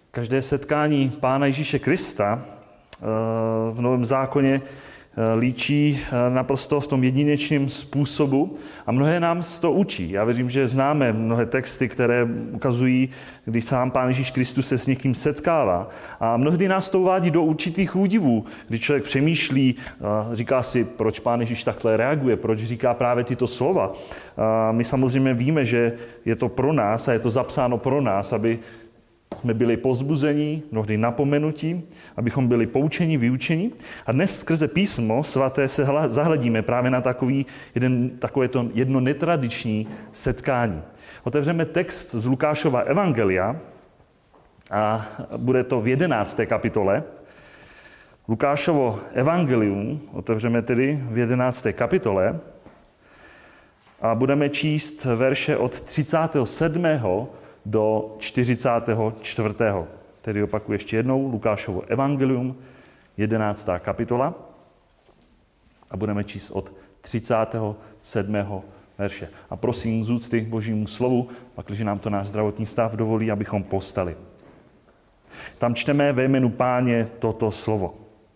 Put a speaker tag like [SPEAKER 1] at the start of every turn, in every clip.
[SPEAKER 1] Každé setkání Pána Ježíše Krista v Novém zákoně líčí naprosto v tom jedinečném způsobu a mnohé nám to učí. Já věřím, že známe mnohé texty, které ukazují, když sám Pán Ježíš Kristus se s někým setkává. A mnohdy nás to uvádí do určitých údivů, kdy člověk přemýšlí, říká si, proč Pán Ježíš takhle reaguje, proč říká právě tyto slova. A my samozřejmě víme, že je to pro nás a je to zapsáno pro nás, aby jsme byli povzbuzeni, mnohdy napomenutí, abychom byli poučeni, vyučeni. A dnes skrze písmo svaté se zahledíme právě na takové to jedno netradiční setkání. Otevřeme text z Lukášova evangelia a bude to v 11. kapitole. Lukášovo evangelium otevřeme tedy v 11. kapitole a budeme číst verše od 37. do 44. Tedy opakuji ještě jednou, Lukášovo evangelium, 11. kapitola a budeme číst od 37. verše. A prosím z úcty Božímu slovu, pakliže nám to náš zdravotní stav dovolí, abychom povstali. Tam čteme ve jménu Páně toto slovo.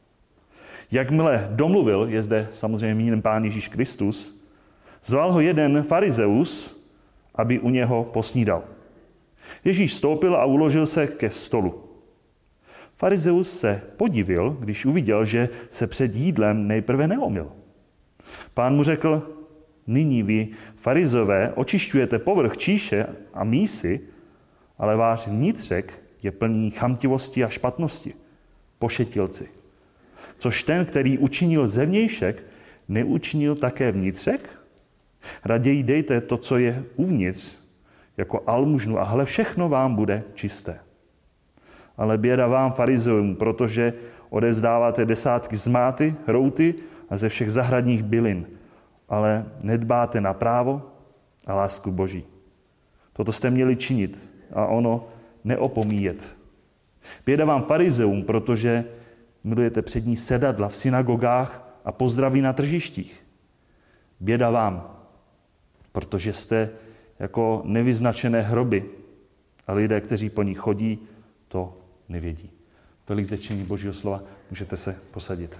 [SPEAKER 1] Jakmile domluvil, je zde samozřejmě míněn Pán Ježíš Kristus, zval ho jeden farizeus, aby u něho posnídal. Ježíš vstoupil a uložil se ke stolu. Farizeus se podivil, když uviděl, že se před jídlem nejprve neomyl. Pán mu řekl, nyní vy, farizové, očišťujete povrch číše a mísy, ale váš vnitřek je plný chamtivosti a špatnosti, pošetilci. Což ten, který učinil zevnějšek, neučinil také vnitřek? Raději dejte to, co je uvnitř, jako almužnu a hle, všechno vám bude čisté. Ale běda vám, farizeům, protože odevzdáváte desátky z máty, hrouty a ze všech zahradních bylin, ale nedbáte na právo a lásku Boží. Toto jste měli činit a ono neopomíjet. Běda vám, farizeům, protože milujete přední sedadla v synagogách a pozdraví na tržištích. Běda vám, protože jste jako nevyznačené hroby a lidé, kteří po nich chodí, to nevědí. Tolik ze čtení Božího slova. Můžete se posadit.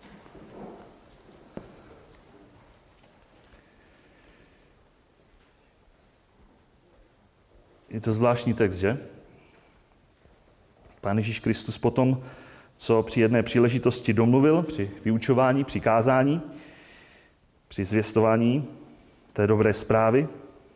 [SPEAKER 1] Je to zvláštní text, že? Pán Ježíš Kristus potom, co při jedné příležitosti domluvil, při vyučování, při kázání, při zvěstování té dobré zprávy,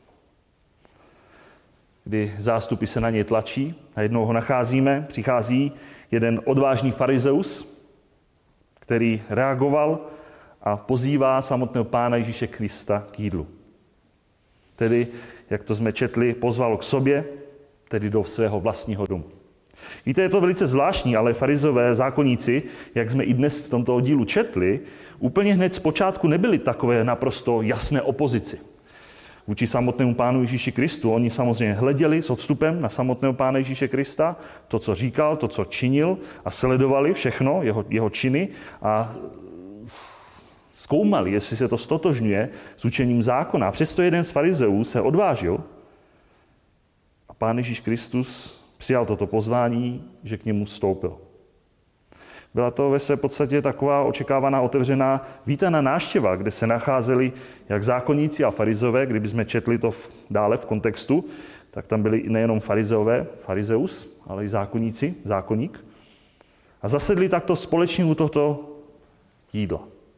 [SPEAKER 1] kdy zástupy se na něj tlačí a jednou ho nacházíme, přichází jeden odvážný farizeus, který reagoval a pozývá samotného Pána Ježíše Krista k jídlu. Tedy, jak to jsme četli, pozval k sobě, tedy do svého vlastního domu. Víte, je to velice zvláštní, ale farizové zákonníci, jak jsme i dnes v tomto oddílu četli, úplně hned zpočátku nebyli takové naprosto jasné opozici vůči samotnému Pánu Ježíši Kristu. Oni samozřejmě hleděli s odstupem na samotného Pána Ježíše Krista, to, co říkal, to, co činil a sledovali všechno, jeho činy a zkoumali, jestli se to stotožňuje s učením zákona. A přesto jeden z farizeů se odvážil a Pán Ježíš Kristus přijal toto pozvání, že k němu vstoupil. Byla to ve své podstatě taková očekávaná, otevřená, vítaná návštěva, kde se nacházeli jak zákonníci a farizové, kdybychom četli to dále v kontextu, tak tam byli nejenom farizeus, ale i zákonníci, zákonník. A zasedli takto společně u tohoto jídla.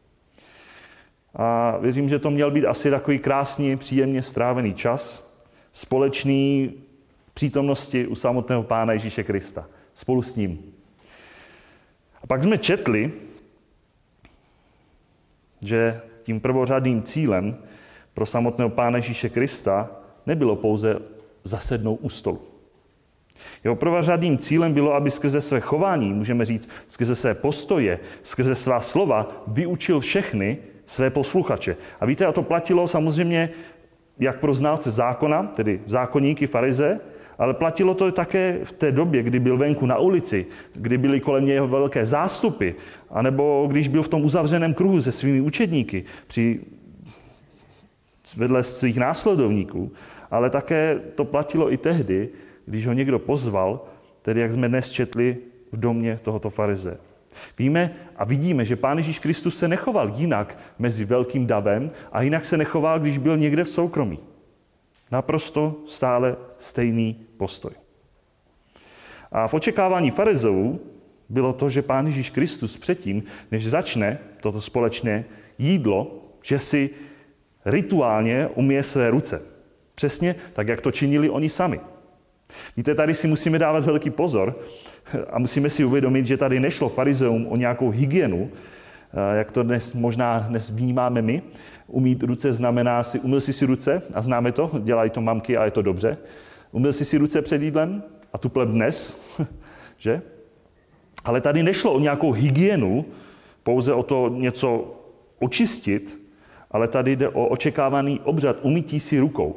[SPEAKER 1] A věřím, že to měl být asi takový krásný, příjemně strávený čas, společný přítomnosti u samotného Pána Ježíše Krista. Spolu s ním. A pak jsme četli, že tím prvořadým cílem pro samotného Pána Ježíše Krista nebylo pouze zasednout u stolu. Jeho prvořadým cílem bylo, aby skrze své chování, můžeme říct, skrze své postoje, skrze svá slova, vyučil všechny své posluchače. A víte, a to platilo samozřejmě jak pro znalce zákona, tedy zákonníky, farize, ale platilo to také v té době, kdy byl venku na ulici, kdy byly kolem něho velké zástupy, anebo když byl v tom uzavřeném kruhu se svými učedníky vedle svých následovníků. Ale také to platilo i tehdy, když ho někdo pozval tedy jak jsme dnes četli v domě tohoto farize. Víme a vidíme, že Pán Ježíš Kristus se nechoval jinak mezi velkým davem a jinak se nechoval, když byl někde v soukromí. Naprosto stále stejný postoj. A v očekávání farizeů bylo to, že Pán Ježíš Kristus předtím, než začne toto společné jídlo, že si rituálně umyje své ruce. Přesně tak, jak to činili oni sami. Víte, tady si musíme dávat velký pozor a musíme si uvědomit, že tady nešlo farizeům o nějakou hygienu, jak to možná dnes vnímáme my. Umýt ruce znamená umyl si ruce a známe to, dělají to mamky a je to dobře. Umyl si ruce před jídlem a tuple dnes, že? Ale tady nešlo o nějakou hygienu, pouze o to něco očistit, ale tady jde o očekávaný obřad umytí si rukou.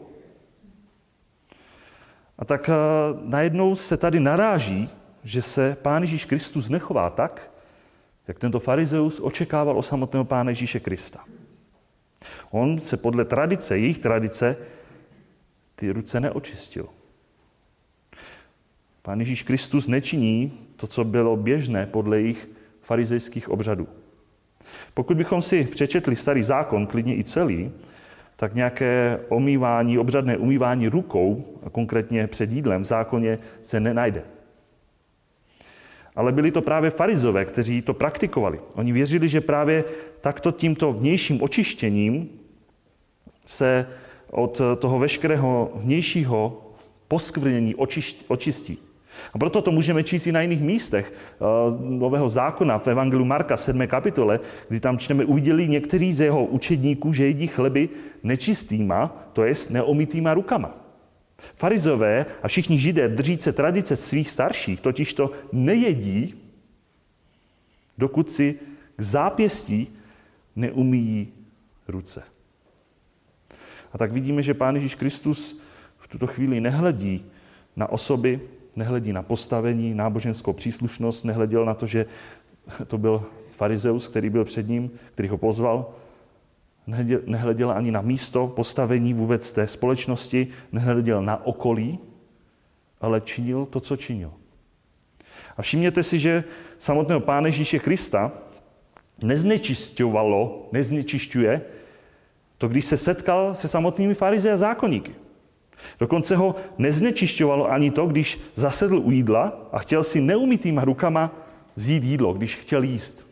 [SPEAKER 1] A tak najednou se tady naráží, že se Pán Ježíš Kristus nechová tak, jak tento farizeus očekával od samotného Pána Ježíše Krista. On se podle tradice, jejich tradice, ty ruce neočistil. Pán Ježíš Kristus nečiní to, co bylo běžné podle jejich farizejských obřadů. Pokud bychom si přečetli Starý zákon, klidně i celý, tak nějaké obřadné umývání rukou, a konkrétně před jídlem v zákoně, se nenajde. Ale byli to právě farizové, kteří to praktikovali. Oni věřili, že právě takto tímto vnějším očištěním se od toho veškerého vnějšího poskvrnění očistí. A proto to můžeme číst i na jiných místech Nového zákona v Evangeliu Marka 7. kapitole, kdy tam čteme, uviděli někteří z jeho učedníků, že jedí chleby nečistýma, to jest neomytýma rukama. Farizové a všichni Židé drží se tradice svých starších, totiž to nejedí, dokud si k zápěstí neumyjí ruce. A tak vidíme, že Pán Ježíš Kristus v tuto chvíli nehledí na osoby, nehledí na postavení, náboženskou příslušnost, nehleděl na to, že to byl farizeus, který byl před ním, který ho pozval, nehleděl ani na místo, postavení vůbec té společnosti, nehleděl na okolí, ale činil to, co činil. A všimněte si, že samotného Pána Ježíše Krista neznečišťuje to, když se setkal se samotnými farizeji a zákonníky. Dokonce ho neznečišťovalo ani to, když zasedl u jídla a chtěl si neumytýma rukama vzít jídlo, když chtěl jíst.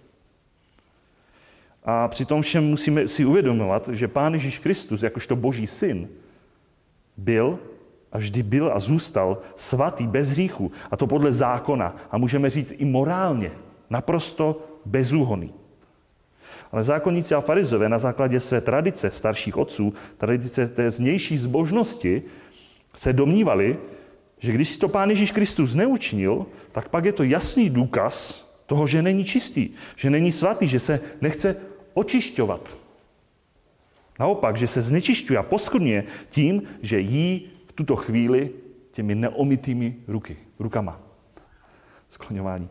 [SPEAKER 1] A při tom všem musíme si uvědomovat, že Pán Ježíš Kristus, jakožto Boží syn, byl a vždy byl a zůstal svatý, bez hříchu. A to podle zákona. A můžeme říct i morálně. Naprosto bezúhonný. Ale zákonníci a farizové na základě své tradice starších otců, tradice té vnější zbožnosti, se domnívali, že když si to Pán Ježíš Kristus neučinil, tak pak je to jasný důkaz toho, že není čistý, že není svatý, že se nechce očišťovat. Naopak, že se znečišťuje a poskvrňuje tím, že jí v tuto chvíli těmi neomytými rukama. Skloňování.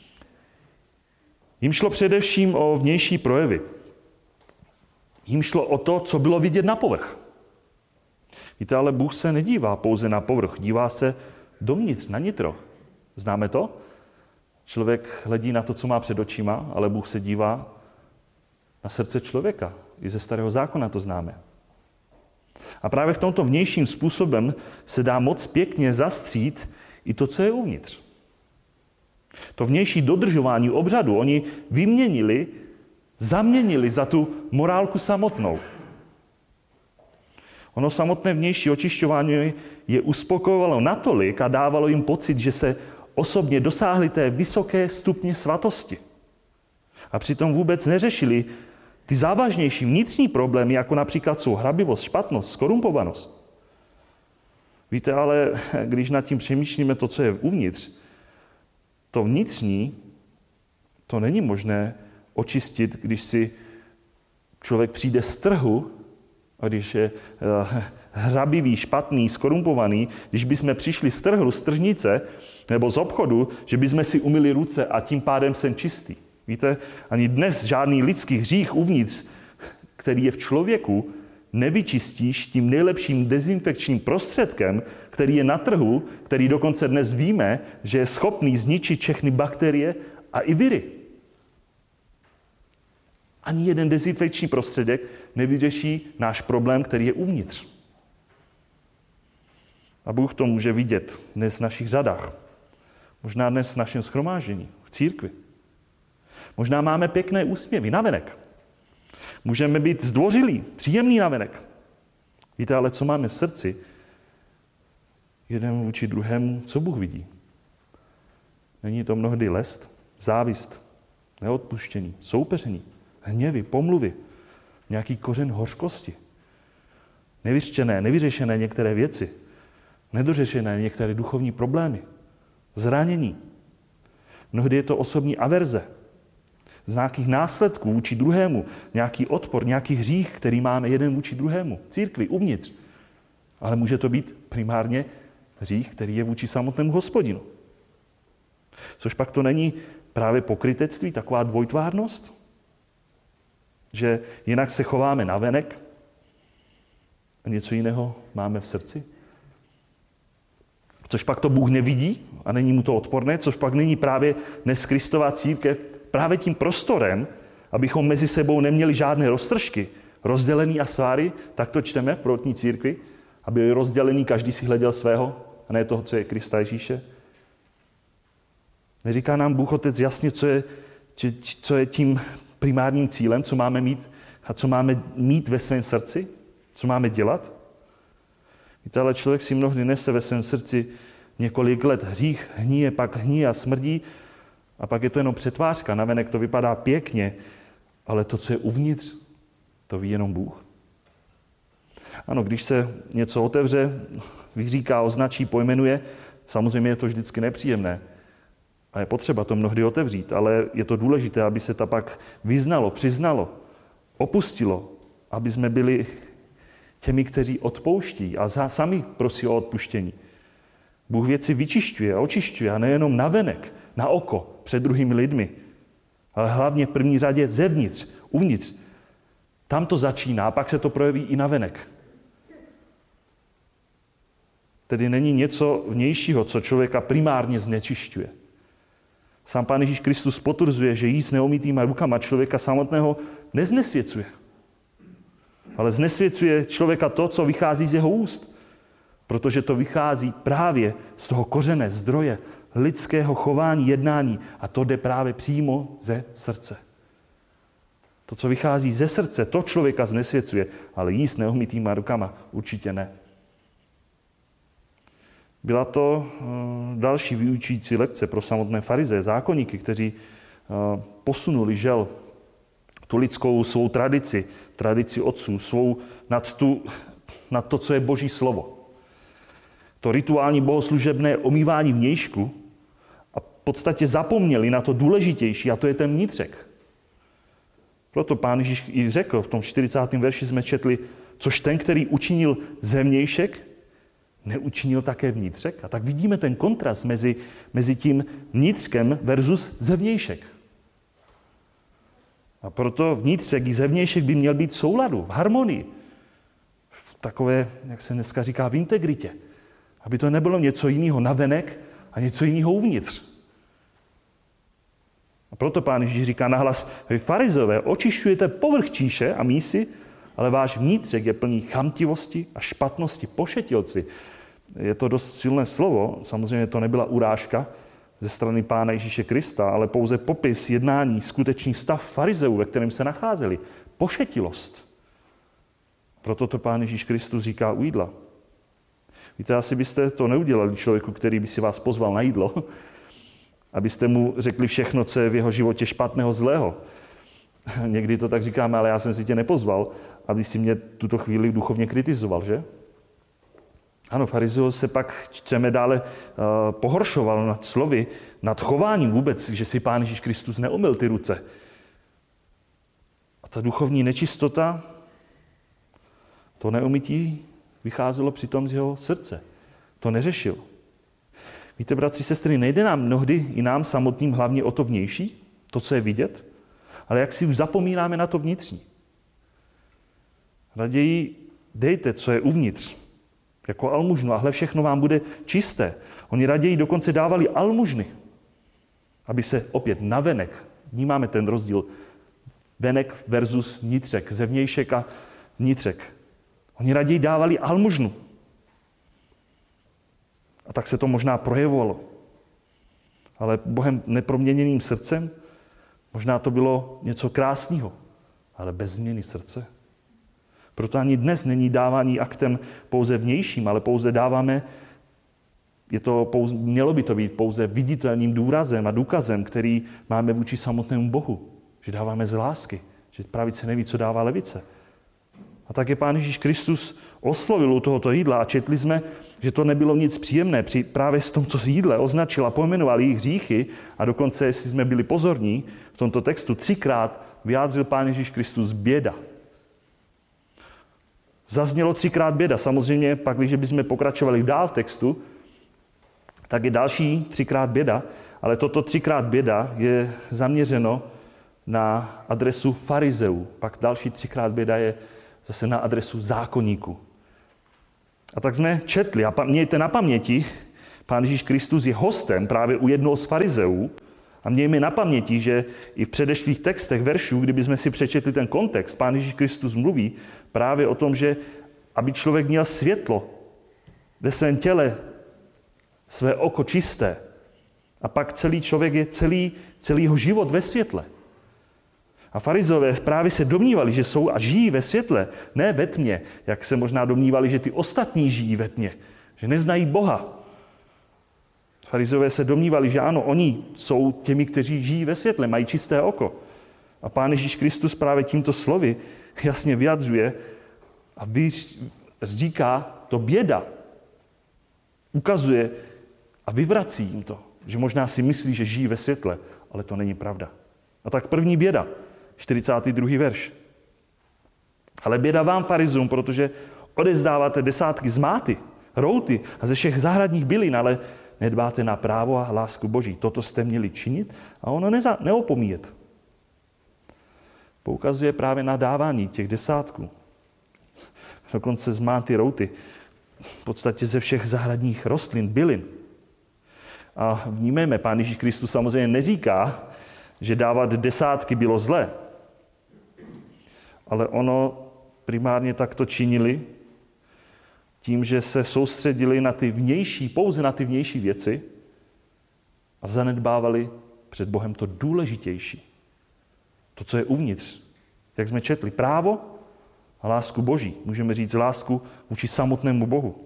[SPEAKER 1] Jim šlo především o vnější projevy. Jim šlo o to, co bylo vidět na povrch. Víte, ale Bůh se nedívá pouze na povrch, dívá se dovnitř, na nitro. Známe to? Člověk hledí na to, co má před očima, ale Bůh se dívá na srdce člověka. I ze Starého zákona to známe. A právě v tomto vnějším způsobem se dá moc pěkně zastřít i to, co je uvnitř. To vnější dodržování obřadu oni zaměnili za tu morálku samotnou. Ono samotné vnější očišťování je uspokojovalo natolik a dávalo jim pocit, že se osobně dosáhli té vysoké stupně svatosti. A přitom vůbec neřešili ty závažnější vnitřní problémy, jako například jsou hrabivost, špatnost, skorumpovanost. Víte, ale když nad tím přemýšlíme to, co je uvnitř, to vnitřní, to není možné očistit, když si člověk přijde z trhu, a když je hřabivý, špatný, skorumpovaný, když bychom přišli z trhu, z tržnice nebo z obchodu, že bychom si umyli ruce a tím pádem jsem čistý. Víte, ani dnes žádný lidský hřích uvnitř, který je v člověku, nevyčistíš tím nejlepším dezinfekčním prostředkem, který je na trhu, který dokonce dnes víme, že je schopný zničit všechny bakterie a i viry. Ani jeden dezinfekční prostředek nevyřeší náš problém, který je uvnitř. A Bůh to může vidět dnes v našich řadách. Možná dnes v našem shromáždění, v církvi. Možná máme pěkné úsměvy navenek. Můžeme být zdvořilí, příjemný navenek. Víte, ale co máme v srdci? Jeden vůči druhému, co Bůh vidí? Není to mnohdy lest, závist, neodpuštění, soupeření, hněvy, pomluvy, nějaký kořen hořkosti, nevyřčené, nevyřešené některé věci, nedořešené některé duchovní problémy, zranění. Mnohdy je to osobní averze, z nějakých následků vůči druhému, nějaký odpor, nějaký hřích, který máme jeden vůči druhému, církvi, uvnitř. Ale může to být primárně hřích, který je vůči samotnému Hospodinu. Což pak to není právě pokrytectví, taková dvojtvárnost? Že jinak se chováme navenek a něco jiného máme v srdci? Což pak to Bůh nevidí a není mu to odporné, což pak není právě dnes Kristova církev právě tím prostorem, abychom mezi sebou neměli žádné roztržky, rozdělený a sváry, tak to čteme v prvotní církvi, aby byli rozdělení, každý si hleděl svého a ne toho, co je Krista Ježíše. Neříká nám Bůh Otec jasně, co je tím primárním cílem, co máme mít a co máme mít ve svém srdci, co máme dělat? Víte, ale člověk si mnohdy nese ve svém srdci několik let hřích, hníje, pak hníje a smrdí a pak je to jenom přetvářka. Navenek to vypadá pěkně, ale to, co je uvnitř, to ví jenom Bůh. Ano, když se něco otevře, vyříká, označí, pojmenuje, samozřejmě je to vždycky nepříjemné. A je potřeba to mnohdy otevřít, ale je to důležité, aby se to pak vyznalo, přiznalo, opustilo, aby jsme byli těmi, kteří odpouští a sami prosí o odpuštění. Bůh věci vyčišťuje a očišťuje a nejenom navenek, na oko, před druhými lidmi, ale hlavně v první řadě zevnitř, uvnitř. Tam to začíná, a pak se to projeví i navenek. Tedy není něco vnějšího, co člověka primárně znečišťuje. Sám Pán Ježíš Kristus potvrzuje, že jíst neumytýma rukama člověka samotného neznesvěcuje. Ale znesvěcuje člověka to, co vychází z jeho úst. Protože to vychází právě z toho kořene, zdroje lidského chování, jednání. A to jde právě přímo ze srdce. To, co vychází ze srdce, to člověka znesvěcuje. Ale jíst neumytýma rukama určitě ne. Byla to další vyučující lekce pro samotné farizeje, zákonníky, kteří posunuli žel tu lidskou svou tradici otců, svou nad to, co je Boží slovo. To rituální bohoslužebné omývání vnějšku a v podstatě zapomněli na to důležitější, a to je ten vnitřek. Proto Pán Ježíš i řekl, v tom 40. verši jsme četli, což ten, který učinil zevnějšek, neučinil také vnitřek. A tak vidíme ten kontrast mezi tím vnitřkem versus zevnějšek. A proto vnitřek i zevnějšek by měl být v souladu, v harmonii. V takové, jak se dneska říká, v integritě. Aby to nebylo něco jiného navenek a něco jiného uvnitř. A proto Pán Ježíš říká nahlas, vy farizové očišťujete povrch číše a mísy, ale váš vnitřek je plný chamtivosti a špatnosti, pošetilci. Je to dost silné slovo, samozřejmě to nebyla urážka ze strany Pána Ježíše Krista, ale pouze popis jednání, skutečný stav farizeů, ve kterém se nacházeli. Pošetilost. Proto to Pán Ježíš Kristus říká u jídla. Víte, asi byste to neudělali člověku, který by si vás pozval na jídlo, abyste mu řekli všechno, co je v jeho životě špatného, zlého. Někdy to tak říkáme, ale já jsem si tě nepozval, aby si mě tuto chvíli duchovně kritizoval, že? Ano, farizeus se pak, čteme dále, pohoršoval nad slovy, nad chováním vůbec, že si Pán Ježíš Kristus neomyl ty ruce. A ta duchovní nečistota, to neumytí vycházelo přitom z jeho srdce. To neřešil. Víte, bratři, sestry, nejde nám mnohdy i nám samotným hlavně o to vnější, to, co je vidět, ale jak si už zapomínáme na to vnitřní. Raději dejte, co je uvnitř, jako almužnu, a hle, všechno vám bude čisté. Oni raději dokonce dávali almužny, aby se opět navenek, vnímáme ten rozdíl, venek versus vnitřek, zevnějšek a vnitřek. Oni raději dávali almužnu. A tak se to možná projevovalo. Ale Bohem neproměněným srdcem možná to bylo něco krásného, ale bez změny srdce. Proto ani dnes není dávání aktem pouze vnějším, ale pouze dáváme, mělo by to být pouze viditelným důrazem a důkazem, který máme vůči samotnému Bohu. Že dáváme z lásky, že pravice neví, co dává levice. A tak je Pán Ježíš Kristus oslovil u tohoto jídla a četli jsme, že to nebylo nic příjemné. Právě s tom, co z jídle označil a pojmenoval jejich hříchy, a dokonce, jestli jsme byli pozorní, v tomto textu 3krát vyjádřil Pán Ježíš Kristus běda. Zaznělo 3krát běda. Samozřejmě, pak, když bychom pokračovali dál v textu, tak je další 3krát běda, ale toto 3krát běda je zaměřeno na adresu farizeů. Pak další 3krát běda je zase na adresu zákonníků. A tak jsme četli, a mějte na paměti, Pán Ježíš Kristus je hostem právě u jednoho z farizeů, a mějme na paměti, že i v předešlých textech veršů, kdybychom si přečetli ten kontext, Pán Ježíš Kristus mluví právě o tom, že aby člověk měl světlo ve svém těle, své oko čisté, a pak celý člověk je celý jeho život ve světle. A farizové právě se domnívali, že jsou a žijí ve světle, ne ve tmě, jak se možná domnívali, že ty ostatní žijí ve tmě, že neznají Boha. Farizové se domnívali, že ano, oni jsou těmi, kteří žijí ve světle, mají čisté oko. A Pán Ježíš Kristus právě tímto slovy jasně vyjadřuje a říká to běda. Ukazuje a vyvrací jim to, že možná si myslí, že žijí ve světle, ale to není pravda. A tak první běda, 42. verš. Ale běda vám, farizům, protože odevzdáváte desátky z máty, routy a ze všech zahradních bylin, ale nedbáte na právo a lásku Boží. Toto jste měli činit a ono neopomíjet. Poukazuje právě na dávání těch desátků. Dokonce z máty, routy. V podstatě ze všech zahradních rostlin, bylin. A vnímejme, Pán Ježíš Kristus samozřejmě neříká, že dávat desátky bylo zlé. Ale ono primárně takto činili tím, že se soustředili na ty vnější, pouze na ty vnější věci a zanedbávali před Bohem to důležitější. To, co je uvnitř. Jak jsme četli, právo a lásku Boží. Můžeme říct lásku vůči samotnému Bohu.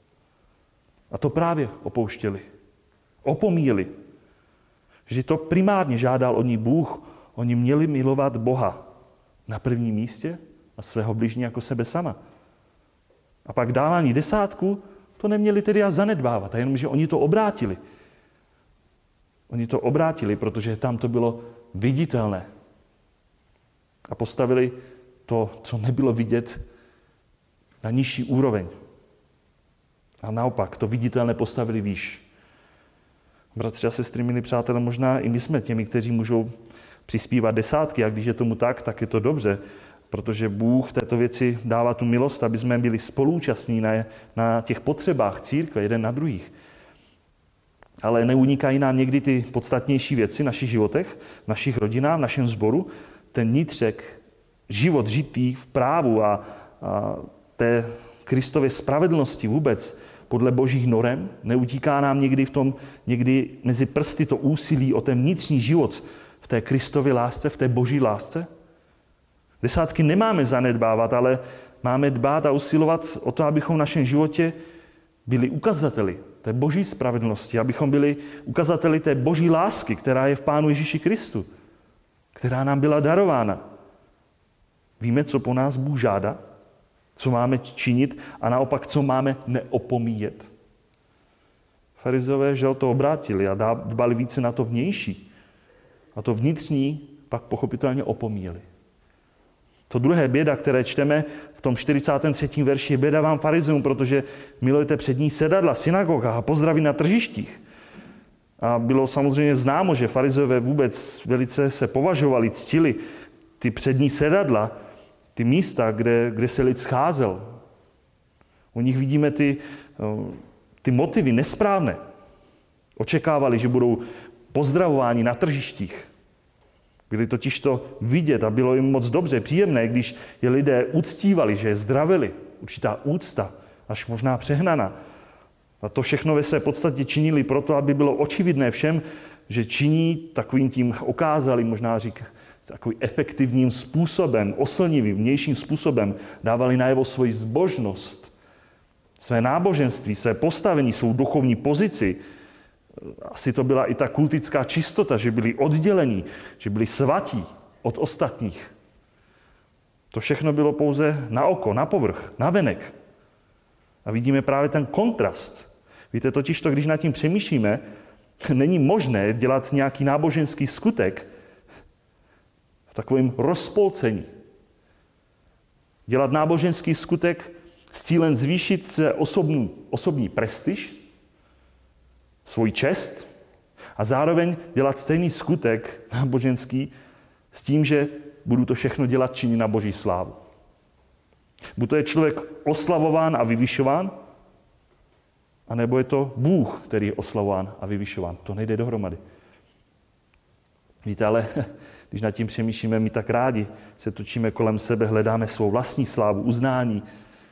[SPEAKER 1] A to právě opouštěli. Opomíjeli. Že to primárně žádal od ní Bůh. Oni měli milovat Boha na prvním místě a svého bližního jako sebe sama. A pak dávání desátku, to neměli tedy a zanedbávat, a jenomže oni to obrátili. Oni to obrátili, protože tam to bylo viditelné. A postavili to, co nebylo vidět, na nižší úroveň. A naopak, to viditelné postavili výš. Bratři a sestry, milí přátelé, možná i my jsme těmi, kteří můžou přispívat desátky, a když je tomu tak je to dobře, protože Bůh v této věci dává tu milost, aby jsme byli spoluúčastní na těch potřebách církve, jeden na druhých. Ale neunikají nám někdy ty podstatnější věci v našich životech, v našich rodinách, v našem sboru, ten vnitřek, život žitý v právu a té Kristově spravedlnosti vůbec podle božích norem, neutíká nám někdy mezi prsty to úsilí o ten vnitřní život v té Kristově lásce, v té boží lásce? Desátky nemáme zanedbávat, ale máme dbát a usilovat o to, abychom v našem životě byli ukazateli té boží spravedlnosti, abychom byli ukazateli té boží lásky, která je v Pánu Ježíši Kristu, která nám byla darována. Víme, co po nás Bůh žádá, co máme činit a naopak, co máme neopomíjet. Farizové žel to obrátili a dbali více na to vnější. A to vnitřní pak pochopitelně opomíjeli. To druhé běda, které čteme v tom 43. verši, je běda vám farizeům, protože milujete přední sedadla, synagogách a pozdraví na tržištích. A bylo samozřejmě známo, že farizeové vůbec velice se považovali, ctili ty přední sedadla, ty místa, kde se lid scházel, U nich vidíme ty motivy nesprávné. Očekávali, že budou pozdravováni na tržištích. Byli totiž to vidět a bylo jim moc dobře, příjemné, když je lidé uctívali, že je zdravili. Určitá úcta, až možná přehnaná. A to všechno ve své podstatě činili proto, aby bylo očividné všem, že činí takovým tím okázali, možná takovým efektivním způsobem, oslnivým, vnějším způsobem, dávali najevo svoji zbožnost, své náboženství, své postavení, svou duchovní pozici. Asi to byla i ta kultická čistota, že byli oddělení, že byli svatí od ostatních. To všechno bylo pouze na oko, na povrch, na venek. A vidíme právě ten kontrast. Víte, totiž to, když nad tím přemýšlíme, není možné dělat nějaký náboženský skutek v takovém rozpolcení. Dělat náboženský skutek s cílem zvýšit se osobní prestiž, svůj čest a zároveň dělat stejný skutek náboženský s tím, že budu to všechno dělat činit na Boží slávu. Buď to je člověk oslavován a vyvyšován, anebo je to Bůh, který je oslavován a vyvyšován. To nejde dohromady. Víte, ale když nad tím přemýšlíme, my tak rádi se točíme kolem sebe, hledáme svou vlastní slávu, uznání.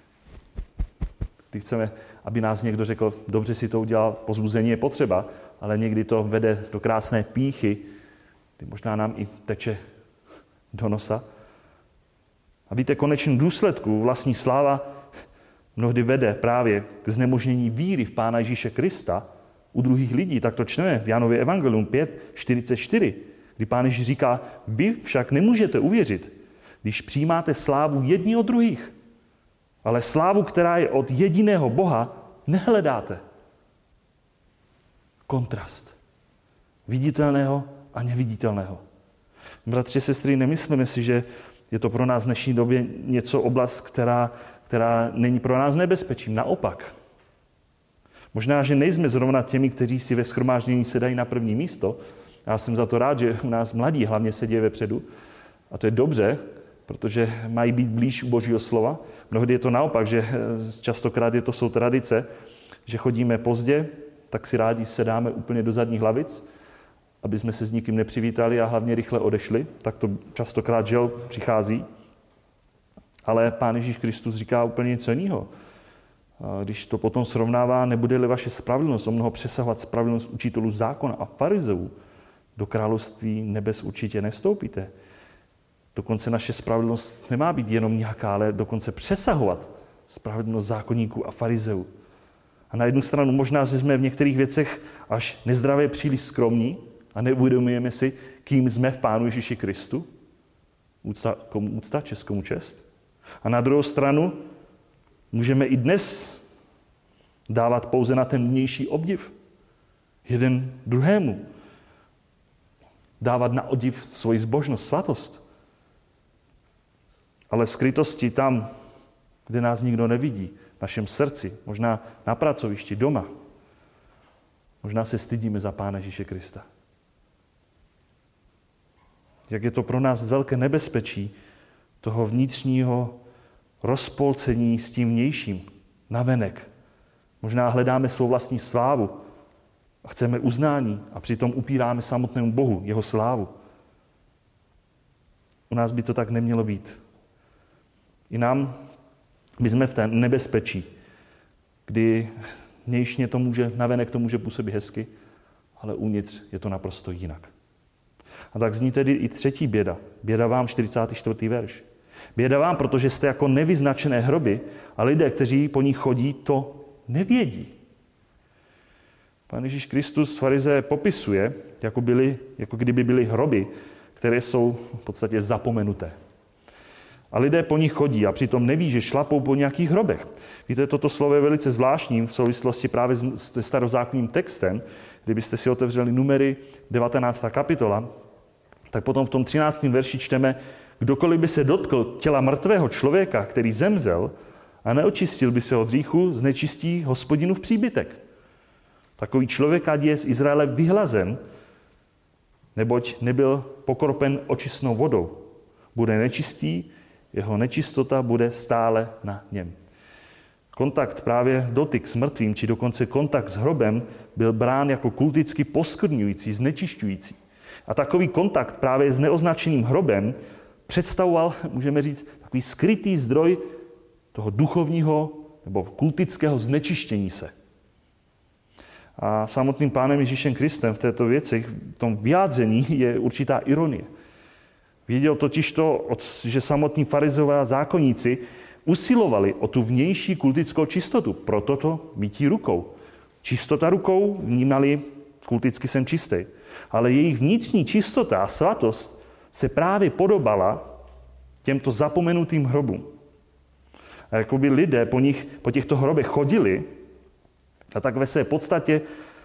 [SPEAKER 1] Když chceme, aby nás někdo řekl, dobře si to udělal, povzbuzení je potřeba, ale někdy to vede do krásné pýchy, kdy možná nám i teče do nosa. A víte, konečným důsledku vlastní sláva mnohdy vede právě k znemožnění víry v Pána Ježíše Krista u druhých lidí. Tak to čteme v Jánově evangelium 5:44, kdy Pán Ježíš říká, vy však nemůžete uvěřit, když přijímáte slávu jedni od druhých, ale slávu, která je od jediného Boha, nehledáte. Kontrast viditelného a neviditelného. Bratři, sestry, nemyslíme si, že je to pro nás v dnešní době oblast, která není pro nás nebezpečím. Naopak. Možná, že nejsme zrovna těmi, kteří si ve shromáždění sedají na první místo. Já jsem za to rád, že u nás mladí hlavně sedí vepředu. A to je dobře, protože mají být blíž u Božího slova. Mnohdy je to naopak, že častokrát jsou tradice, že chodíme pozdě, tak si rádi sedáme úplně do zadních lavic, aby jsme se s nikým nepřivítali a hlavně rychle odešli. Tak to častokrát žel přichází. Ale Pán Ježíš Kristus říká úplně něco jiného. Když to potom srovnává, nebude-li vaše spravedlnost o mnoho přesahovat spravedlnost učitelů zákona a farizeů, do království nebes určitě nevstoupíte. Dokonce naše spravedlnost nemá být jenom nějaká, ale dokonce přesahovat spravedlnost zákonníků a farizeů. A na jednu stranu možná, že jsme v některých věcech až nezdravě příliš skromní a neuvědomujeme si, kým jsme v Pánu Ježíši Kristu. Komu úcta, čest komu čest. A na druhou stranu můžeme i dnes dávat pouze na ten vnější obdiv. Jeden druhému. Dávat na obdiv svoji zbožnost, svatost. Ale v skrytosti tam, kde nás nikdo nevidí, v našem srdci, možná na pracovišti, doma, možná se stydíme za Pána Ježíše Krista. Jak je to pro nás velké nebezpečí toho vnitřního rozpolcení s tím vnějším, navenek. Možná hledáme svou vlastní slávu a chceme uznání a přitom upíráme samotnému Bohu jeho slávu. U nás by to tak nemělo být. I my jsme v té nebezpečí, kdy vnějšně navenek to může působit hezky, ale uvnitř je to naprosto jinak. A tak zní tedy i třetí běda. Běda vám, 44. verš. Běda vám, protože jste jako nevyznačené hroby a lidé, kteří po nich chodí, to nevědí. Pán Ježíš Kristus farizeje popisuje, jako kdyby byly hroby, které jsou v podstatě zapomenuté. A lidé po nich chodí a přitom neví, že šlapou po nějakých hrobech. Víte, toto slovo je velice zvláštní v souvislosti právě s starozákonním textem. Kdybyste si otevřeli Numery 19. kapitola, tak potom v tom 13. verši čteme, kdokoliv by se dotkl těla mrtvého člověka, který zemřel a neočistil by se od hříchu, znečistí Hospodinův příbytek. Takový člověk ať je z Izraele vyhlazen, neboť nebyl pokropen očistnou vodou. Bude nečistý, jeho nečistota bude stále na něm. kontakt, právě dotyk s mrtvým, či dokonce kontakt s hrobem, byl brán jako kulticky poskvrňující, znečišťující. A takový kontakt právě s neoznačeným hrobem představoval, můžeme říct, takový skrytý zdroj toho duchovního nebo kultického znečištění se. A samotným Pánem Ježíšem Kristem v této věci, v tom vyjádření je určitá ironie. Věděl totiž to, že samotní farizové a zákonníci usilovali o tu vnější kultickou čistotu, proto to mytí rukou. Čistota rukou vnímali, kulticky jsem čistý, ale jejich vnitřní čistota a svatost se právě podobala těmto zapomenutým hrobům. A jakoby lidé po těchto hrobech chodili, a tak ve své podstatě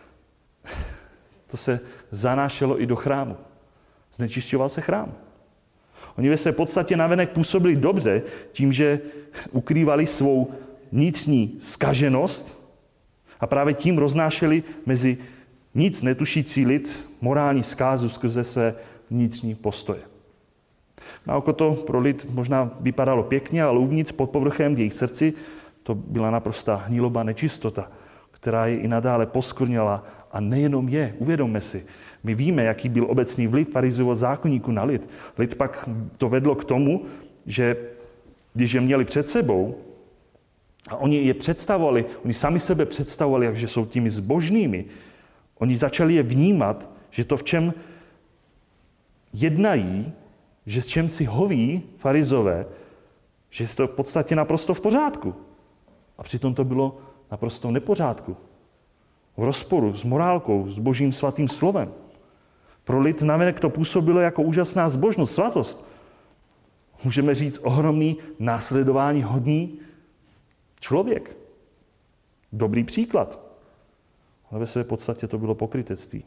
[SPEAKER 1] to se zanášelo i do chrámu. Znečišťoval se chrám. Oni ve své podstatě navenek působili dobře tím, že ukrývali svou vnitřní zkaženost a právě tím roznášeli mezi nic netušící lid morální zkázu skrze své vnitřní postoje. Na oko to pro lid možná vypadalo pěkně, ale uvnitř pod povrchem v jejich srdci to byla naprostá hniloba nečistota, která je i nadále poskvrňala. A nejenom je, uvědomme si. My víme, jaký byl obecný vliv farizeů a zákonníků na lid. Lid pak to vedlo k tomu, že když je měli před sebou a oni je představovali, oni sami sebe představovali, že jsou těmi zbožnými, oni začali je vnímat, že to, v čem jednají, že s čem si hoví farizové, že je to v podstatě naprosto v pořádku. A přitom to bylo naprosto v nepořádku. V rozporu s morálkou, s Božím svatým slovem. Pro lid navenek to působilo jako úžasná zbožnost, svatost. Můžeme říct ohromný následování hodný člověk. Dobrý příklad. Ale ve své podstatě to bylo pokrytectví.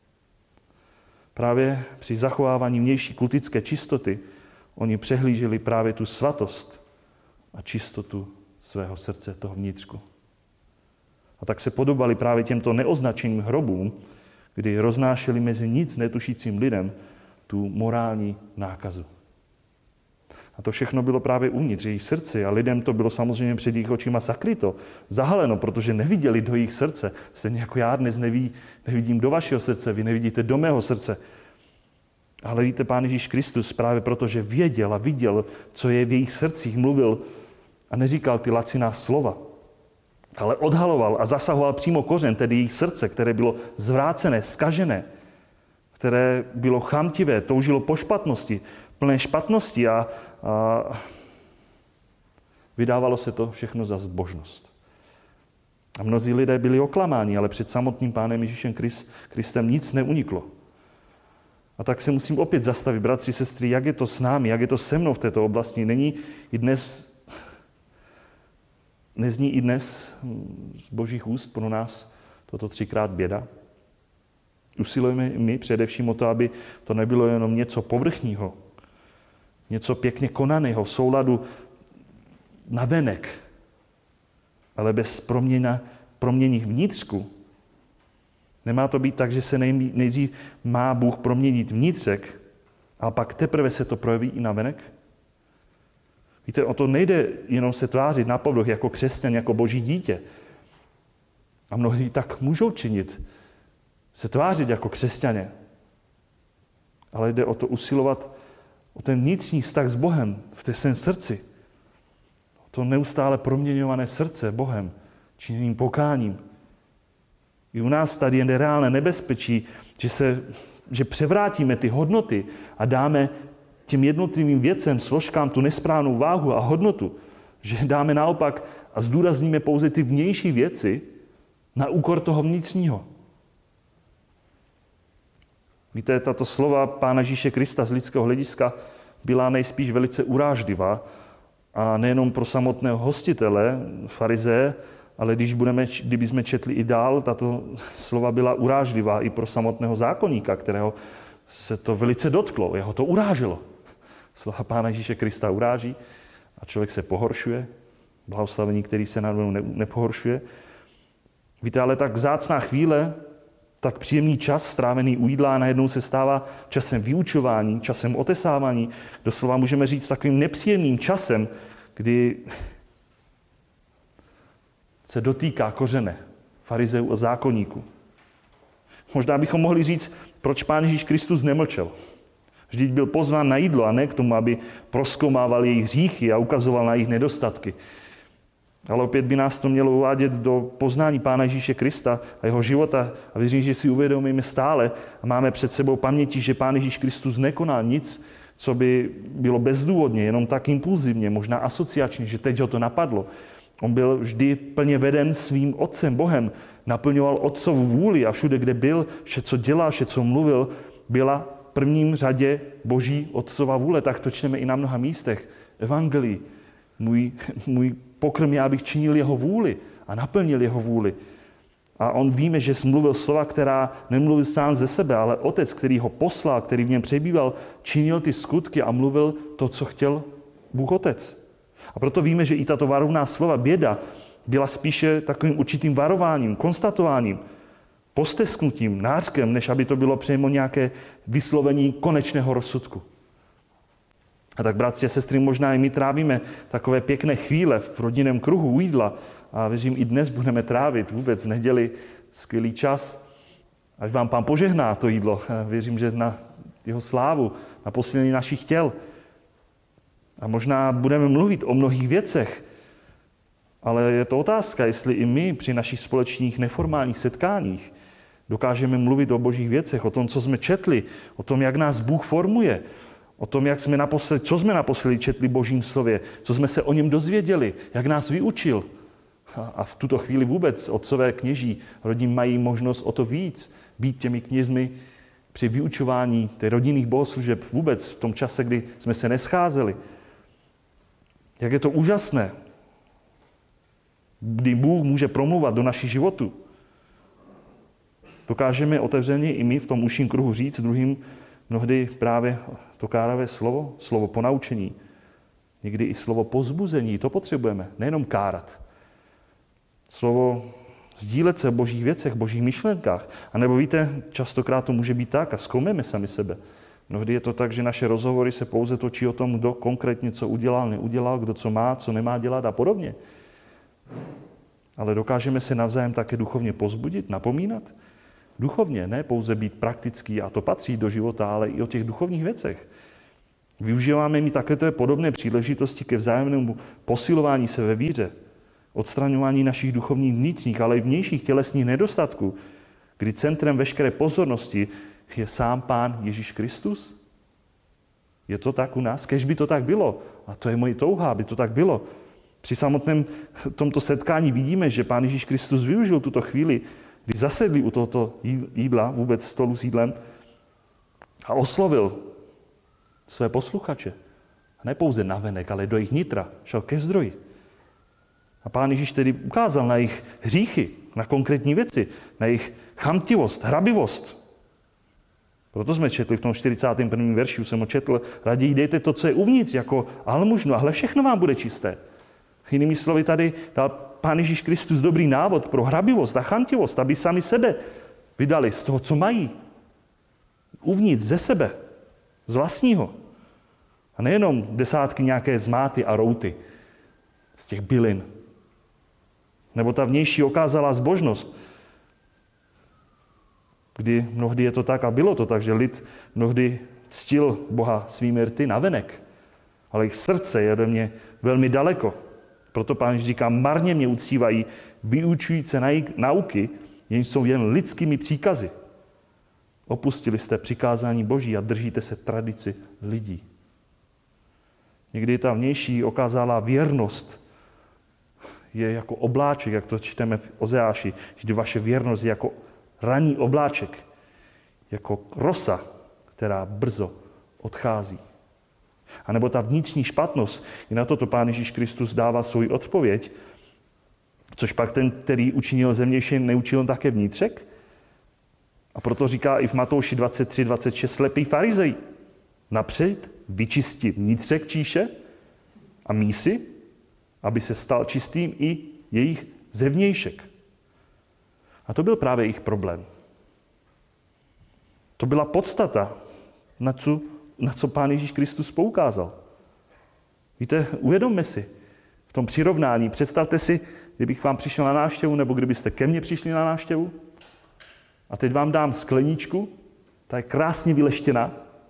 [SPEAKER 1] Právě při zachovávání vnější kultické čistoty oni přehlíželi právě tu svatost a čistotu svého srdce, toho vnitřku. A tak se podobali právě těmto neoznačeným hrobům, kdy roznášeli mezi nic netušícím lidem tu morální nákazu. A to všechno bylo právě uvnitř jejich srdce a lidem to bylo samozřejmě před jejich očima zakryto, zahaleno, protože neviděli do jejich srdce. Stejně jako já dnes nevidím do vašeho srdce, vy nevidíte do mého srdce. Ale víte, Pán Ježíš Kristus právě protože věděl a viděl, co je v jejich srdcích, mluvil a neříkal ty laciná slova, ale odhaloval a zasahoval přímo kořen, tedy jejich srdce, které bylo zvrácené, zkažené, které bylo chamtivé, toužilo po špatnosti, plné špatnosti a vydávalo se to všechno za zbožnost. A mnozí lidé byli oklamáni, ale před samotným Pánem Ježíšem Kristem nic neuniklo. A tak se musím opět zastavit, bratři, sestry, jak je to s námi, jak je to se mnou v této oblasti. Nezní i dnes z Božích úst pro nás toto 3krát běda? Usilujeme my především o to, aby to nebylo jenom něco povrchního, něco pěkně konaného, v souladu navenek, ale bez promění vnitřku. Nemá to být tak, že se nejdřív má Bůh proměnit vnitřek, a pak teprve se to projeví i navenek? Víte, o to nejde jenom se tvářit na povrch jako křesťan, jako Boží dítě. A mnohdy tak můžou činit, se tvářit jako křesťané. Ale jde o to usilovat o ten vnitřní vztah s Bohem v té svém srdci. O to neustále proměňované srdce Bohem, činěným pokáním. I u nás tady je reálné nebezpečí, že převrátíme ty hodnoty a dáme těm jednotlivým věcem, složkám tu nesprávnou váhu a hodnotu. Že dáme naopak a zdůrazníme pouze ty vnější věci na úkor toho vnitřního. Víte, tato slova Pána Ježíše Krista z lidského hlediska byla nejspíš velice urážlivá a nejenom pro samotného hostitele, farizeje, ale kdybychom četli i dál, tato slova byla urážlivá i pro samotného zákonníka, kterého se to velice dotklo, jeho to uráželo. Slova Pána Ježíše Krista uráží a člověk se pohoršuje, blahoslavení, který se nad mnou nepohoršuje. Víte, ale tak vzácná chvíle, tak příjemný čas strávený u jídla najednou se stává časem vyučování, časem otesávání, doslova můžeme říct takovým nepříjemným časem, kdy se dotýká kořene farizeů a zákonníků. Možná bychom mohli říct, proč Pán Ježíš Kristus nemlčel. Vždyť byl pozván na jídlo a ne k tomu, aby prozkoumával jejich hříchy a ukazoval na jejich nedostatky. Ale opět by nás to mělo uvádět do poznání Pána Ježíše Krista a jeho života. A věřím, že si uvědomíme stále a máme před sebou paměti, že Pán Ježíš Kristus nekonal nic, co by bylo bezdůvodně, jenom tak impulzivně, možná asociačně, že teď ho to napadlo. On byl vždy plně veden svým Otcem, Bohem, naplňoval Otcovu vůli a všude, kde byl, vše, co dělal, vše, co mluvil, byla v prvním řadě Boží Otcova vůle. Tak to čteme i na mnoha místech. Evangelii. Můj pokrm je, abych činil jeho vůli a naplnil jeho vůli. A on víme, že mluvil slova, která nemluvil sám ze sebe, ale Otec, který ho poslal, který v něm přebýval, činil ty skutky a mluvil to, co chtěl Bůh Otec. A proto víme, že i tato varovná slova běda byla spíše takovým určitým varováním, konstatováním, postesknutím, nářkem, než aby to bylo přímo nějaké vyslovení konečného rozsudku. A tak, bratři a sestry, možná i my trávíme takové pěkné chvíle v rodinném kruhu u jídla a věřím, i dnes budeme trávit vůbec v neděli skvělý čas. Ať vám Pán požehná to jídlo. Věřím, že na jeho slávu, na posílení našich těl. A možná budeme mluvit o mnohých věcech, ale je to otázka, jestli i my při našich společných neformálních setkáních dokážeme mluvit o božích věcech, o tom, co jsme četli, o tom, jak nás Bůh formuje, o tom, co jsme naposledy četli v Božím slově, co jsme se o něm dozvěděli, jak nás vyučil. A v tuto chvíli vůbec otcové kněží rodin mají možnost o to víc být těmi kněžmi při vyučování těch rodinných bohoslužeb vůbec v tom čase, kdy jsme se nescházeli. Jak je to úžasné, kdy Bůh může promluvat do našich životů. Dokážeme otevřeně i my v tom užším kruhu říct druhým mnohdy právě to káravé slovo ponaučení, někdy i slovo povzbuzení, to potřebujeme, nejenom kárat. Slovo sdílet se o božích věcech, božích myšlenkách. A nebo víte, častokrát to může být tak a zkoumeme sami sebe. Mnohdy je to tak, že naše rozhovory se pouze točí o tom, kdo konkrétně co udělal, neudělal, kdo co má, co nemá dělat a podobně. Ale dokážeme se navzájem také duchovně povzbudit, napomínat? Duchovně, ne pouze být praktický, a to patří do života, ale i o těch duchovních věcech. Využíváme mi také podobné příležitosti ke vzájemnému posilování se ve víře, odstraňování našich duchovních vnitřních, ale i vnějších tělesných nedostatků, kdy centrem veškeré pozornosti je sám Pán Ježíš Kristus? Je to tak u nás? Kéž by to tak bylo. A to je moje touha, aby to tak bylo. Při samotném tomto setkání vidíme, že Pán Ježíš Kristus využil tuto chvíli, kdy zasedli u tohoto jídla, vůbec stolu s jídlem, a oslovil své posluchače. A ne pouze navenek, ale do jejich nitra. Šel ke zdroji. A Pán Ježíš tedy ukázal na jejich hříchy, na konkrétní věci, na jejich chamtivost, hrabivost. Proto jsme četli v tom 41. verši, už jsem ho četl, raději dejte to, co je uvnitř, jako almužnu, a hle, všechno vám bude čisté. Jinými slovy tady dal Pán Ježíš Kristus dobrý návod pro hrabivost a chamtivost, aby sami sebe vydali z toho, co mají. Uvnitř, ze sebe, z vlastního. A nejenom desátky nějaké zmáty a routy z těch bylin. Nebo ta vnější okázalá zbožnost, kdy mnohdy je to tak a bylo to tak, že lid mnohdy ctil Boha svými rty navenek, ale jejich srdce je ode mě velmi daleko. Proto Pán Ježíš říká, marně mě uctívají, vyučující nauky, jenž jsou jen lidskými příkazy. Opustili jste přikázání Boží a držíte se tradici lidí. Někdy ta vnější okázalá věrnost je jako obláček, jak to čteme v Ozeáši, že vaše věrnost je jako ranní obláček, jako rosa, která brzo odchází. A nebo ta vnitřní špatnost, i na toto Pán Ježíš Kristus dává svou odpověď, což pak ten, který učinil zemější, neučil také vnitřek. A proto říká i v Matouši 23:26 slepý farizej, napřed vyčistí vnitřek číše a mísy, aby se stal čistým i jejich zevnějšek. A to byl právě jejich problém. To byla podstata, na co Pán Ježíš Kristus poukázal. Víte, uvědomme si v tom přirovnání, představte si kdybych vám přišel na návštěvu, nebo kdybyste ke mně přišli na návštěvu a teď vám dám skleničku, ta je krásně vyleštěná,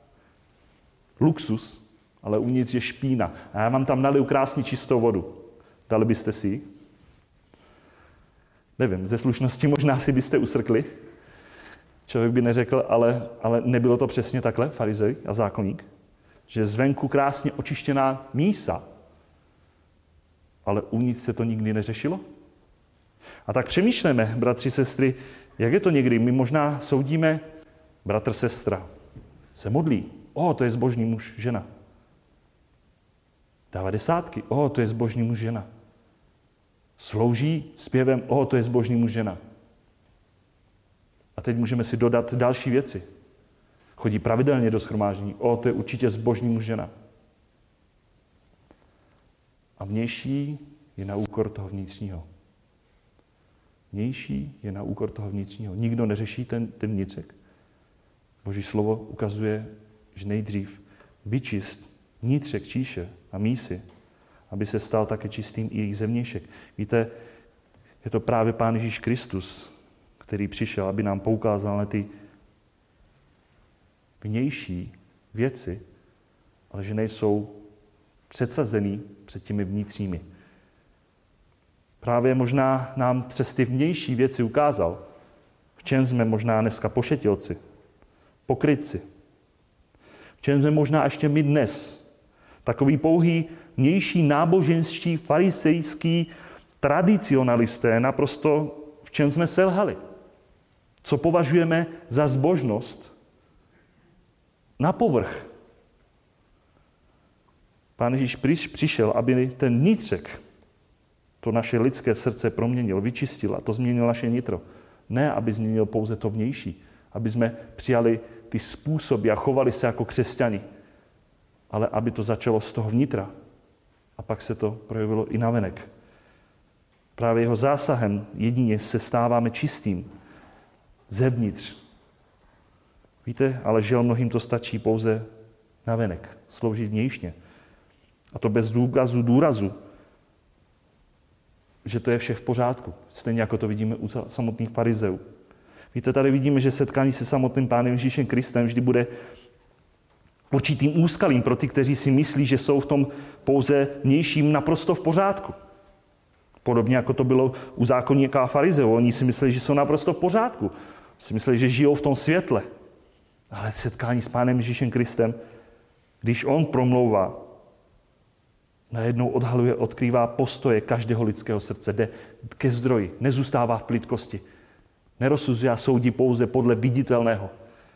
[SPEAKER 1] luxus, ale uvnitř je špína. A já vám tam naliju krásně čistou vodu. Dali byste si ji? Nevím, ze slušnosti možná si byste usrkli. Člověk by neřekl, ale nebylo to přesně takhle, farizej a zákonník? Že zvenku krásně očištěná mísa, ale uvnitř se to nikdy neřešilo? A tak přemýšlíme, bratři, sestry, jak je to někdy? My možná soudíme, bratr, sestra se modlí. To je zbožný muž, žena. Dává desátky. To je zbožný muž, žena. Slouží zpěvem. To je zbožný muž, žena. A teď můžeme si dodat další věci. Chodí pravidelně do shromáždění. To je určitě zbožný muž, žena. A vnější je na úkor toho vnitřního. Vnější je na úkor toho vnitřního. Nikdo neřeší ten vnitřek. Boží slovo ukazuje, že nejdřív vyčist vnitřek číše a mísy, aby se stal také čistým i jejich zevnějšek. Víte, je to právě Pán Ježíš Kristus, který přišel, aby nám poukázal na ty vnější věci, ale že nejsou předsazený před těmi vnitřními. Právě možná nám přes ty vnější věci ukázal, v čem jsme možná dneska pošetilci, pokrytci. V čem jsme možná ještě my dnes, takový pouhý vnější náboženští, farisejský tradicionalisté, naprosto v čem jsme selhali. Co považujeme za zbožnost na povrch. Pán Ježíš přišel, aby ten vnitřek, to naše lidské srdce proměnil, vyčistil a to změnil naše nitro. Ne, aby změnil pouze to vnější, aby jsme přijali ty způsoby a chovali se jako křesťani, ale aby to začalo z toho vnitra a pak se to projevilo i navenek. Právě jeho zásahem jedině se stáváme čistým zevnitř. Víte, ale žel mnohým to stačí pouze navenek, sloužit vnějšně. A to bez důrazu, že to je vše v pořádku. Stejně jako to vidíme u samotných farizeů. Víte, tady vidíme, že setkání se samotným Pánem Ježíšem Kristem vždy bude určitým úskalím pro ty, kteří si myslí, že jsou v tom pouze vnějším naprosto v pořádku. Podobně jako to bylo u zákonníka a farizeů. Oni si mysleli, že jsou naprosto v pořádku. Si mysleli, že žijou v tom světle. Ale setkání s Pánem Ježíšem Kristem, když on promlouvá, najednou odkrývá postoje každého lidského srdce, jde ke zdroji, nezůstává v plitkosti. Nerozsuzuje a soudí pouze podle viditelného.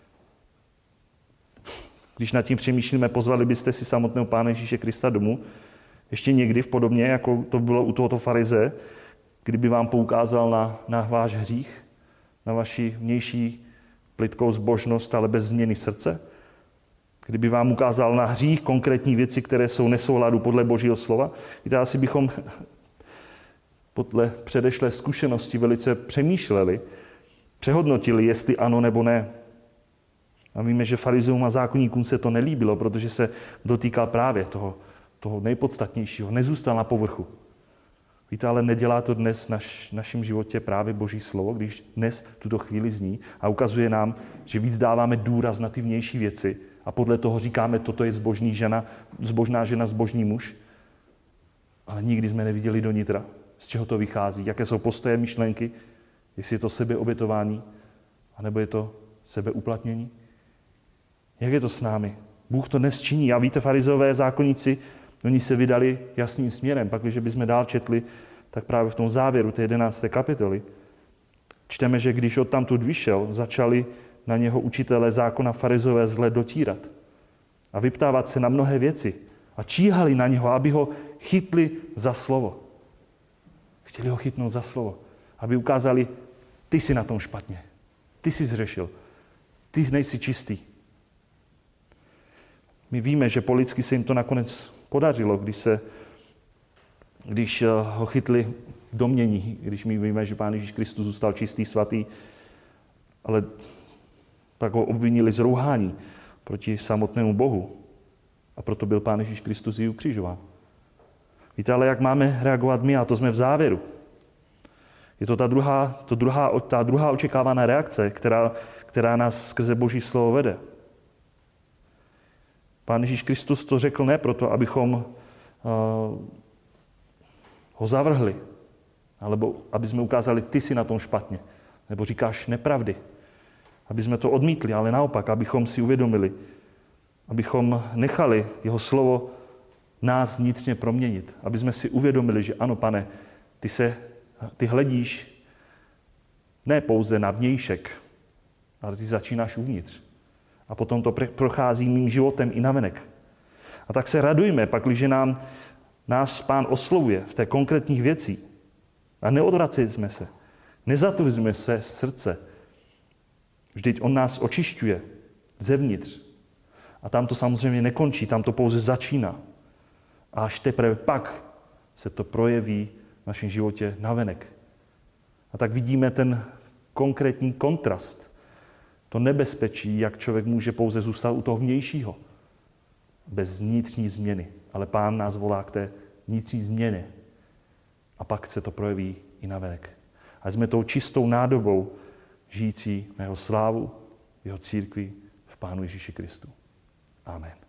[SPEAKER 1] Když nad tím přemýšlíme, pozvali byste si samotného Pána Ježíše Krista domů, ještě někdy v podobně, jako to bylo u tohoto farize, kdyby vám poukázal na váš hřích, na vaši vnější plitkou zbožnost, ale bez změny srdce? Kdyby vám ukázal na hřích konkrétní věci, které jsou nesouladu podle Božího slova? Víte, asi bychom podle předešlé zkušenosti velice přemýšleli, přehodnotili, jestli ano nebo ne. A víme, že farizeům a zákonníkům se to nelíbilo, protože se dotýkal právě toho nejpodstatnějšího. Nezůstal na povrchu. Víte, ale nedělá to dnes v našem životě právě Boží slovo, když dnes tuto chvíli zní a ukazuje nám, že víc dáváme důraz na ty vnější věci a podle toho říkáme, toto je zbožná žena, zbožný muž. Ale nikdy jsme neviděli do nitra, z čeho to vychází, jaké jsou postoje, myšlenky, jestli je to sebeobětování, anebo je to sebeuplatnění. Jak je to s námi? Bůh to dnes činí. A víte, farizeové zákonníci, oni se vydali jasným směrem. Pak, když bychom dál četli, tak právě v tom závěru té 11. kapitoly čteme, že když odtamtud vyšel, začali na něho učitelé zákona farizeové zle dotírat a vyptávat se na mnohé věci a číhali na něho, aby ho chytli za slovo. Chtěli ho chytnout za slovo, aby ukázali, ty jsi na tom špatně, ty jsi zřešil, ty nejsi čistý. My víme, že po lidsky se jim to nakonec podařilo, když ho chytli v domnění, když my víme, že Pán Ježíš Kristus zůstal čistý, svatý, ale pak ho obvinili z rouhání proti samotnému Bohu. A proto byl Pán Ježíš Kristus i ukřižován. Víte, ale jak máme reagovat my, a to jsme v závěru. Je to ta druhá očekávaná reakce, která nás skrze Boží slovo vede. Pán Ježíš Kristus to řekl ne proto, abychom ho zavrhli, alebo aby jsme ukázali, ty jsi na tom špatně, nebo říkáš nepravdy. Aby jsme to odmítli, ale naopak, abychom si uvědomili, abychom nechali jeho slovo nás vnitřně proměnit. Aby jsme si uvědomili, že ano, Pane, ty hledíš ne pouze na vnějšek, ale ty začínáš uvnitř. A potom to prochází mým životem i navenek. A tak se radujme, pakliže nás Pán oslovuje v té konkrétních věcí. A neodvracejme se, nezatvrzme se srdce. Vždyť on nás očišťuje zevnitř. A tam to samozřejmě nekončí, tam to pouze začíná. A až teprve pak se to projeví v našem životě navenek. A tak vidíme ten konkrétní kontrast. To nebezpečí, jak člověk může pouze zůstat u toho vnějšího. Bez vnitřní změny. Ale Pán nás volá k té vnitřní změně. A pak se to projeví i navenek. A jsme tou čistou nádobou žijící na jeho slávu, v jeho církvi, v Pánu Ježíši Kristu. Amen.